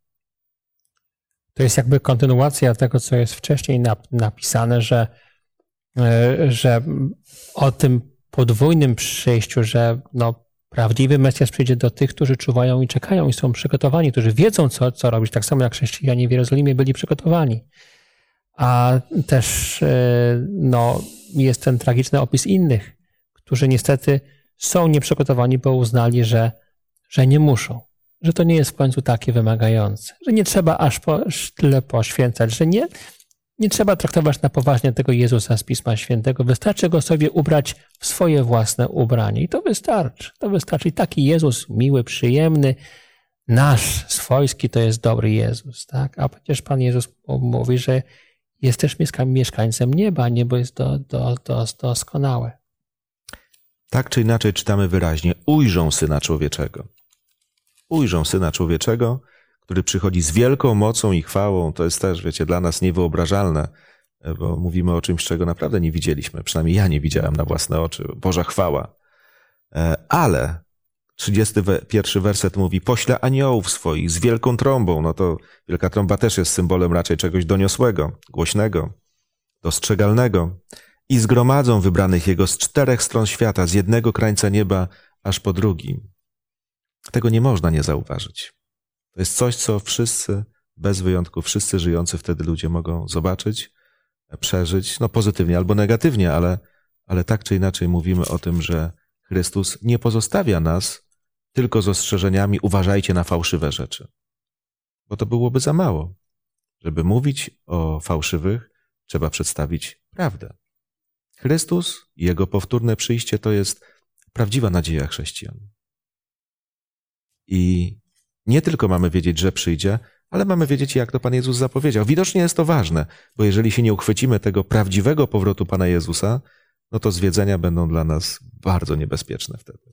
[SPEAKER 5] To jest jakby kontynuacja tego, co jest wcześniej napisane, że, że o tym podwójnym przyjściu, że no, prawdziwy Mesjasz przyjdzie do tych, którzy czuwają i czekają i są przygotowani, którzy wiedzą, co, co robić, tak samo jak chrześcijanie w Jerozolimie byli przygotowani. A też no, jest ten tragiczny opis innych, którzy niestety są nieprzygotowani, bo uznali, że, że nie muszą, że to nie jest w końcu takie wymagające, że nie trzeba aż po, tyle poświęcać, że nie, nie trzeba traktować na poważnie tego Jezusa z Pisma Świętego. Wystarczy go sobie ubrać w swoje własne ubranie i to wystarczy. To wystarczy. I taki Jezus miły, przyjemny, nasz, swojski, to jest dobry Jezus. Tak? A przecież Pan Jezus mówi, że jest też mieszkańcem nieba, niebo jest do, do, do, doskonałe.
[SPEAKER 2] Tak czy inaczej czytamy wyraźnie, ujrzą Syna Człowieczego. Ujrzą Syna Człowieczego, który przychodzi z wielką mocą i chwałą. To jest też, wiecie, dla nas niewyobrażalne, bo mówimy o czymś, czego naprawdę nie widzieliśmy. Przynajmniej ja nie widziałem na własne oczy. Boża chwała. Ale trzydziesty pierwszy werset mówi, pośle aniołów swoich z wielką trąbą. No to wielka trąba też jest symbolem raczej czegoś doniosłego, głośnego, dostrzegalnego. I zgromadzą wybranych Jego z czterech stron świata, z jednego krańca nieba aż po drugi. Tego nie można nie zauważyć. To jest coś, co wszyscy, bez wyjątku, wszyscy żyjący wtedy ludzie mogą zobaczyć, przeżyć, no pozytywnie albo negatywnie, ale, ale tak czy inaczej mówimy o tym, że Chrystus nie pozostawia nas tylko z ostrzeżeniami uważajcie na fałszywe rzeczy. Bo to byłoby za mało. Żeby mówić o fałszywych, trzeba przedstawić prawdę. Chrystus i Jego powtórne przyjście to jest prawdziwa nadzieja chrześcijan. I nie tylko mamy wiedzieć, że przyjdzie, ale mamy wiedzieć, jak to Pan Jezus zapowiedział. Widocznie jest to ważne, bo jeżeli się nie uchwycimy tego prawdziwego powrotu Pana Jezusa, no to zwiedzenia będą dla nas bardzo niebezpieczne wtedy.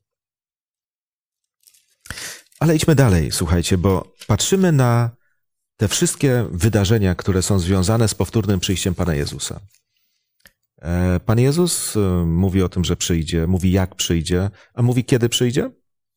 [SPEAKER 2] Ale idźmy dalej, słuchajcie, bo patrzymy na te wszystkie wydarzenia, które są związane z powtórnym przyjściem Pana Jezusa. Pan Jezus mówi o tym, że przyjdzie, mówi jak przyjdzie, a mówi kiedy przyjdzie?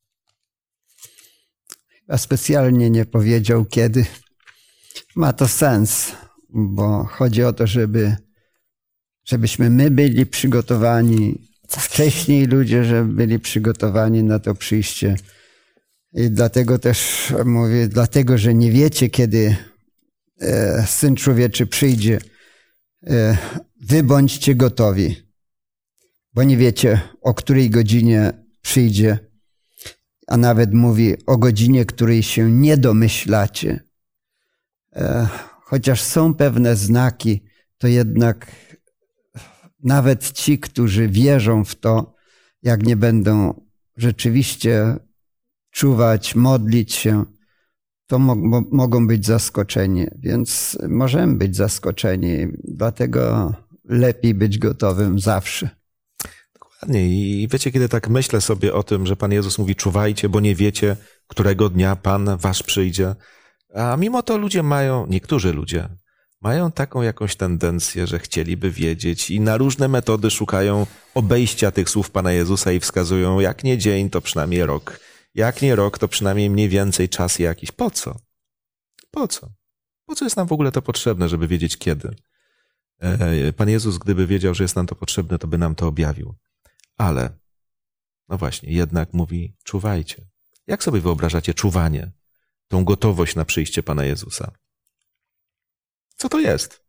[SPEAKER 4] A specjalnie nie powiedział kiedy. Ma to sens, bo chodzi o to, żeby, żebyśmy my byli przygotowani, wcześniej ludzie, żeby byli przygotowani na to przyjście. I dlatego też mówię, dlatego, że nie wiecie, kiedy e, Syn Człowieczy przyjdzie, e, wy bądźcie gotowi, bo nie wiecie, o której godzinie przyjdzie, a nawet mówi o godzinie, której się nie domyślacie. E, chociaż są pewne znaki, to jednak nawet ci, którzy wierzą w to, jak nie będą rzeczywiście czuwać, modlić się, to mo- mogą być zaskoczeni. Więc możemy być zaskoczeni, dlatego lepiej być gotowym zawsze.
[SPEAKER 2] Dokładnie. I wiecie, kiedy tak myślę sobie o tym, że Pan Jezus mówi czuwajcie, bo nie wiecie, którego dnia Pan wasz przyjdzie. A mimo to ludzie mają, niektórzy ludzie, mają taką jakąś tendencję, że chcieliby wiedzieć i na różne metody szukają obejścia tych słów Pana Jezusa i wskazują, jak nie dzień, to przynajmniej rok. Jak nie rok, to przynajmniej mniej więcej czas jakiś. Po co? Po co? Po co jest nam w ogóle to potrzebne, żeby wiedzieć kiedy? Pan Jezus, gdyby wiedział, że jest nam to potrzebne, to by nam to objawił. Ale, no właśnie, jednak mówi, czuwajcie. Jak sobie wyobrażacie czuwanie? Tą gotowość na przyjście Pana Jezusa? Co to jest?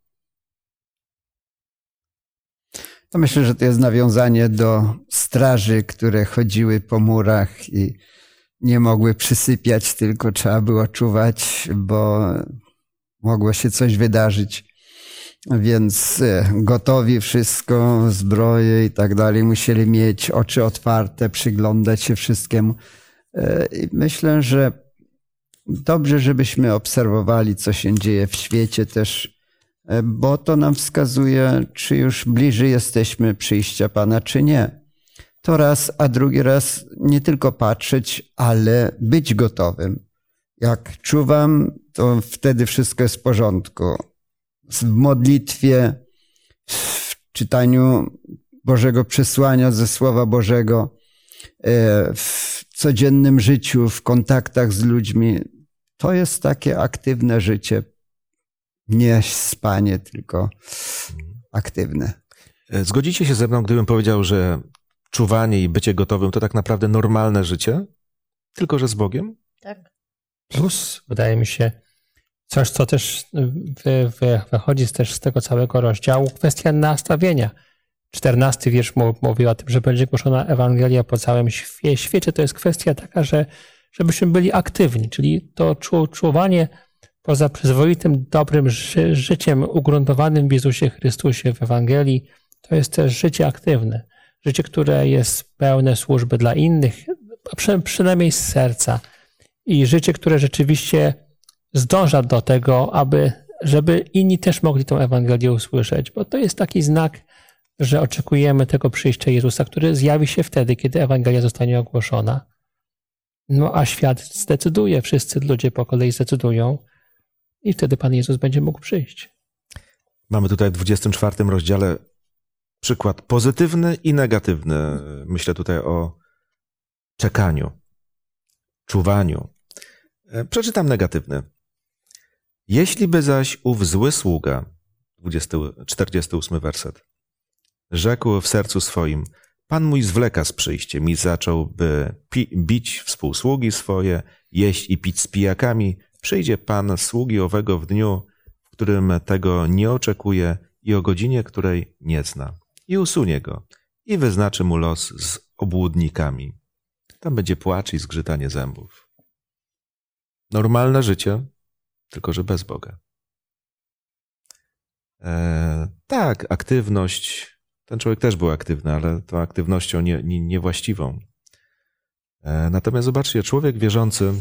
[SPEAKER 4] To myślę, że to jest nawiązanie do straży, które chodziły po murach i nie mogły przysypiać, tylko trzeba było czuwać, bo mogło się coś wydarzyć. Więc gotowi wszystko, zbroje i tak dalej, musieli mieć oczy otwarte, przyglądać się wszystkiemu. I myślę, że dobrze, żebyśmy obserwowali, co się dzieje w świecie też, bo to nam wskazuje, czy już bliżej jesteśmy przyjścia Pana, czy nie. To raz, a drugi raz nie tylko patrzeć, ale być gotowym. Jak czuwam, to wtedy wszystko jest w porządku. W modlitwie, w czytaniu Bożego przesłania ze Słowa Bożego, w codziennym życiu, w kontaktach z ludźmi. To jest takie aktywne życie. Nie spanie, tylko aktywne.
[SPEAKER 2] Zgodzicie się ze mną, gdybym powiedział, że czuwanie i bycie gotowym to tak naprawdę normalne życie, tylko że z Bogiem?
[SPEAKER 3] Tak.
[SPEAKER 5] Plus, wydaje mi się, coś, co też wy, wy, wychodzi też z tego całego rozdziału, kwestia nastawienia. czternasty wiersz mówi o tym, że będzie głoszona Ewangelia po całym świecie. To jest kwestia taka, że żebyśmy byli aktywni, czyli to czu, czuwanie poza przyzwoitym, dobrym ży, życiem ugruntowanym w Jezusie Chrystusie, w Ewangelii, to jest też życie aktywne. Życie, które jest pełne służby dla innych, przy, przynajmniej z serca. I życie, które rzeczywiście zdąża do tego, aby, żeby inni też mogli tę Ewangelię usłyszeć. Bo to jest taki znak, że oczekujemy tego przyjścia Jezusa, który zjawi się wtedy, kiedy Ewangelia zostanie ogłoszona. No a świat zdecyduje, wszyscy ludzie po kolei zdecydują i wtedy Pan Jezus będzie mógł przyjść.
[SPEAKER 2] Mamy tutaj w dwudziestym czwartym rozdziale przykład pozytywny i negatywny. Myślę tutaj o czekaniu, czuwaniu. Przeczytam negatywny. Jeśli by zaś ów zły sługa, czterdziesty ósmy werset, rzekł w sercu swoim, Pan mój zwleka z przyjściem i zacząłby pi- bić współsługi swoje, jeść i pić z pijakami, przyjdzie Pan sługi owego w dniu, w którym tego nie oczekuje i o godzinie, której nie zna. I usunie go i wyznaczy mu los z obłudnikami. Tam będzie płacz i zgrzytanie zębów. Normalne życie, tylko że bez Boga. E, tak, aktywność. Ten człowiek też był aktywny, ale tą aktywnością nie, nie, niewłaściwą. E, natomiast zobaczcie, człowiek wierzący,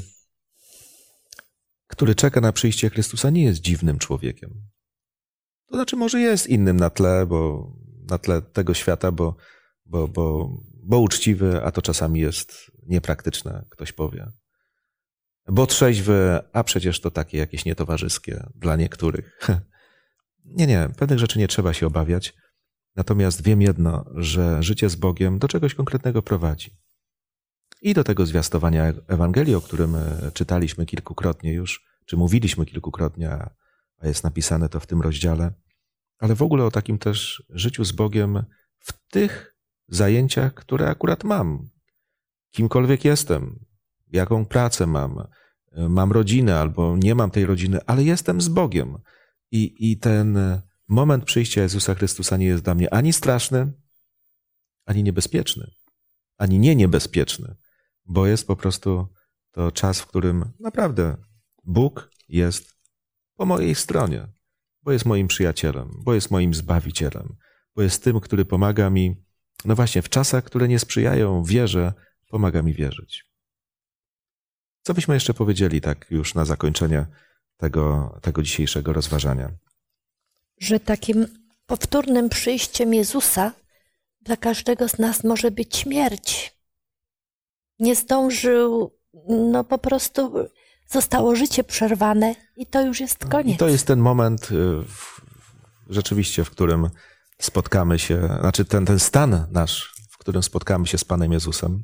[SPEAKER 2] który czeka na przyjście Chrystusa, nie jest dziwnym człowiekiem. To znaczy może jest innym na tle, bo na tle tego świata, bo, bo, bo, bo uczciwy, a to czasami jest niepraktyczne, ktoś powie. Bo trzeźwy, a przecież to takie jakieś nietowarzyskie dla niektórych. Nie, nie, pewnych rzeczy nie trzeba się obawiać. Natomiast wiem jedno, że życie z Bogiem do czegoś konkretnego prowadzi. I do tego zwiastowania Ewangelii, o którym czytaliśmy kilkukrotnie już, czy mówiliśmy kilkukrotnie, a jest napisane to w tym rozdziale, ale w ogóle o takim też życiu z Bogiem w tych zajęciach, które akurat mam. Kimkolwiek jestem, jaką pracę mam, mam rodzinę albo nie mam tej rodziny, ale jestem z Bogiem. I, i ten moment przyjścia Jezusa Chrystusa nie jest dla mnie ani straszny, ani niebezpieczny, ani nie niebezpieczny, bo jest po prostu to czas, w którym naprawdę Bóg jest po mojej stronie, bo jest moim przyjacielem, bo jest moim Zbawicielem, bo jest tym, który pomaga mi, no właśnie w czasach, które nie sprzyjają wierze, pomaga mi wierzyć. Co byśmy jeszcze powiedzieli tak już na zakończenie tego, tego dzisiejszego rozważania?
[SPEAKER 3] Że takim powtórnym przyjściem Jezusa dla każdego z nas może być śmierć. Nie zdążył, no po prostu zostało życie przerwane i to już jest koniec.
[SPEAKER 2] I to jest ten moment w, rzeczywiście, w którym spotkamy się, znaczy ten, ten stan nasz, w którym spotkamy się z Panem Jezusem.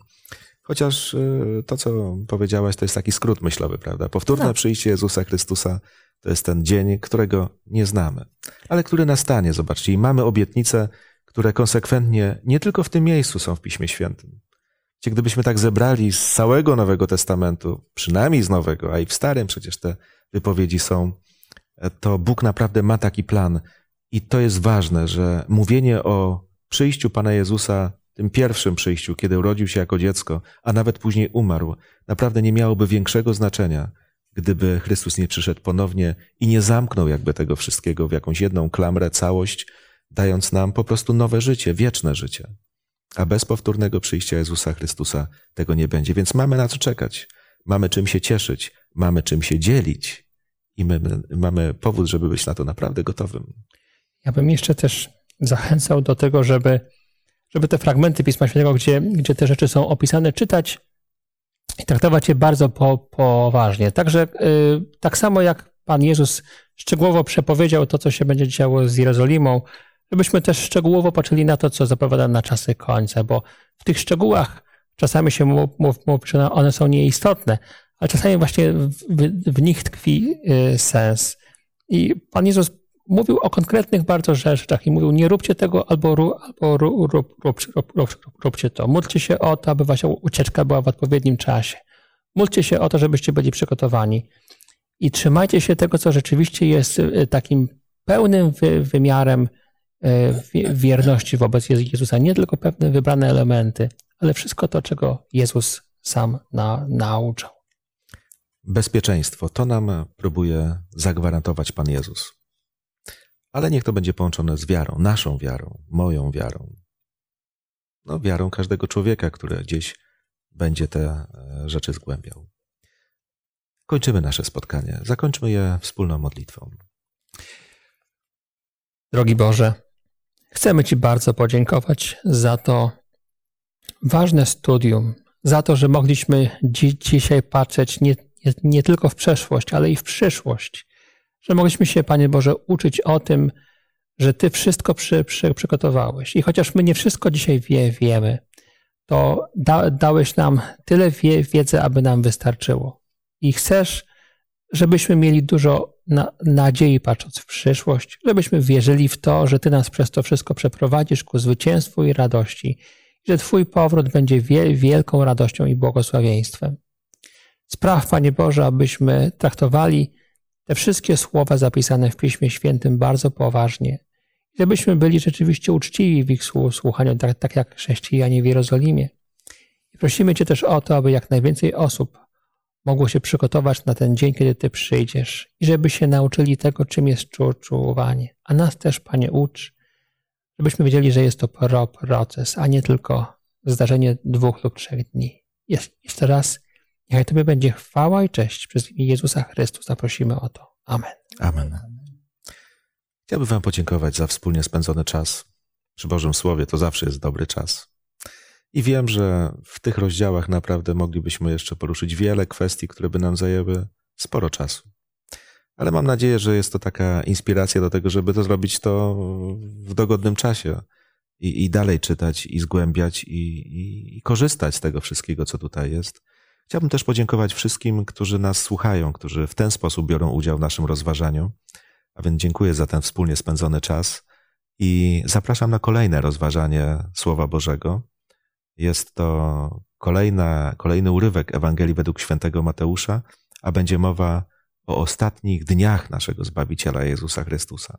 [SPEAKER 2] Chociaż to, co powiedziałaś, to jest taki skrót myślowy, prawda? Powtórne
[SPEAKER 3] no.
[SPEAKER 2] przyjście Jezusa Chrystusa To jest ten dzień, którego nie znamy, ale który nastanie, zobaczcie. I mamy obietnice, które konsekwentnie nie tylko w tym miejscu są w Piśmie Świętym. Gdzie gdybyśmy tak zebrali z całego Nowego Testamentu, przynajmniej z Nowego, a i w Starym przecież te wypowiedzi są, to Bóg naprawdę ma taki plan. I to jest ważne, że mówienie o przyjściu Pana Jezusa, tym pierwszym przyjściu, kiedy urodził się jako dziecko, a nawet później umarł, naprawdę nie miałoby większego znaczenia, gdyby Chrystus nie przyszedł ponownie i nie zamknął jakby tego wszystkiego w jakąś jedną klamrę, całość, dając nam po prostu nowe życie, wieczne życie. A bez powtórnego przyjścia Jezusa Chrystusa tego nie będzie. Więc mamy na co czekać. Mamy czym się cieszyć. Mamy czym się dzielić. I my mamy powód, żeby być na to naprawdę gotowym.
[SPEAKER 5] Ja bym jeszcze też zachęcał do tego, żeby, żeby te fragmenty Pisma Świętego, gdzie, gdzie te rzeczy są opisane, czytać i traktować je bardzo po, poważnie. Także yy, tak samo jak Pan Jezus szczegółowo przepowiedział to, co się będzie działo z Jerozolimą, żebyśmy też szczegółowo patrzyli na to, co zapowiada na czasy końca, bo w tych szczegółach czasami się mówi, że one są nieistotne, ale czasami właśnie w, w nich tkwi sens. I Pan Jezus mówił o konkretnych bardzo rzeczach i mówił, nie róbcie tego albo, rób, albo rób, rób, rób, rób, róbcie to. Módlcie się o to, aby wasza ucieczka była w odpowiednim czasie. Módlcie się o to, żebyście byli przygotowani. I trzymajcie się tego, co rzeczywiście jest takim pełnym wymiarem wierności wobec Jezusa. Nie tylko pewne wybrane elementy, ale wszystko to, czego Jezus sam na, nauczał.
[SPEAKER 2] Bezpieczeństwo, to nam próbuje zagwarantować Pan Jezus. Ale niech to będzie połączone z wiarą, naszą wiarą, moją wiarą. No, wiarą każdego człowieka, który gdzieś będzie te rzeczy zgłębiał. Kończymy nasze spotkanie. Zakończmy je wspólną modlitwą.
[SPEAKER 5] Drogi Boże, chcemy Ci bardzo podziękować za to ważne studium, za to, że mogliśmy dzi- dzisiaj patrzeć nie, nie, nie tylko w przeszłość, ale i w przyszłość. Że mogliśmy się, Panie Boże, uczyć o tym, że Ty wszystko przy, przy, przygotowałeś. I chociaż my nie wszystko dzisiaj wie, wiemy, to da, dałeś nam tyle wie, wiedzy, aby nam wystarczyło. I chcesz, żebyśmy mieli dużo na, nadziei patrząc w przyszłość, żebyśmy wierzyli w to, że Ty nas przez to wszystko przeprowadzisz ku zwycięstwu i radości, i że Twój powrót będzie wie, wielką radością i błogosławieństwem. Spraw, Panie Boże, abyśmy traktowali te wszystkie słowa zapisane w Piśmie Świętym bardzo poważnie, żebyśmy byli rzeczywiście uczciwi w ich słuchaniu, tak, tak jak chrześcijanie w Jerozolimie. I prosimy Cię też o to, aby jak najwięcej osób mogło się przygotować na ten dzień, kiedy Ty przyjdziesz i żeby się nauczyli tego, czym jest czu, czuwanie. A nas też, Panie, ucz, żebyśmy wiedzieli, że jest to pro, proces, a nie tylko zdarzenie dwóch lub trzech dni. Jeszcze raz, niechaj Tobie będzie chwała i cześć przez imię Jezusa Chrystusa. Prosimy o to. Amen.
[SPEAKER 2] Amen. Chciałbym Wam podziękować za wspólnie spędzony czas. Przy Bożym Słowie to zawsze jest dobry czas. I wiem, że w tych rozdziałach naprawdę moglibyśmy jeszcze poruszyć wiele kwestii, które by nam zajęły sporo czasu. Ale mam nadzieję, że jest to taka inspiracja do tego, żeby to zrobić to w dogodnym czasie i, i dalej czytać i zgłębiać i, i, i korzystać z tego wszystkiego, co tutaj jest. Chciałbym też podziękować wszystkim, którzy nas słuchają, którzy w ten sposób biorą udział w naszym rozważaniu. A więc dziękuję za ten wspólnie spędzony czas i zapraszam na kolejne rozważanie Słowa Bożego. Jest to kolejna, kolejny urywek Ewangelii według świętego Mateusza, a będzie mowa o ostatnich dniach naszego Zbawiciela Jezusa Chrystusa.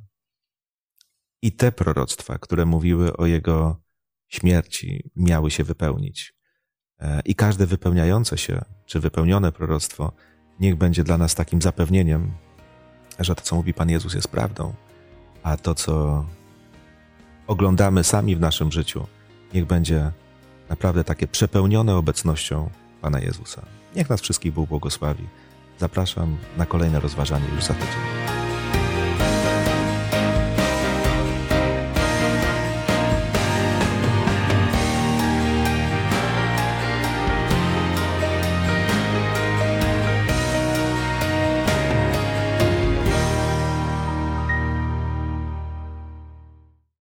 [SPEAKER 2] I te proroctwa, które mówiły o Jego śmierci, miały się wypełnić. I każde wypełniające się, czy wypełnione proroctwo, niech będzie dla nas takim zapewnieniem, że to, co mówi Pan Jezus, jest prawdą, a to, co oglądamy sami w naszym życiu, niech będzie naprawdę takie przepełnione obecnością Pana Jezusa. Niech nas wszystkich Bóg błogosławi. Zapraszam na kolejne rozważanie już za tydzień.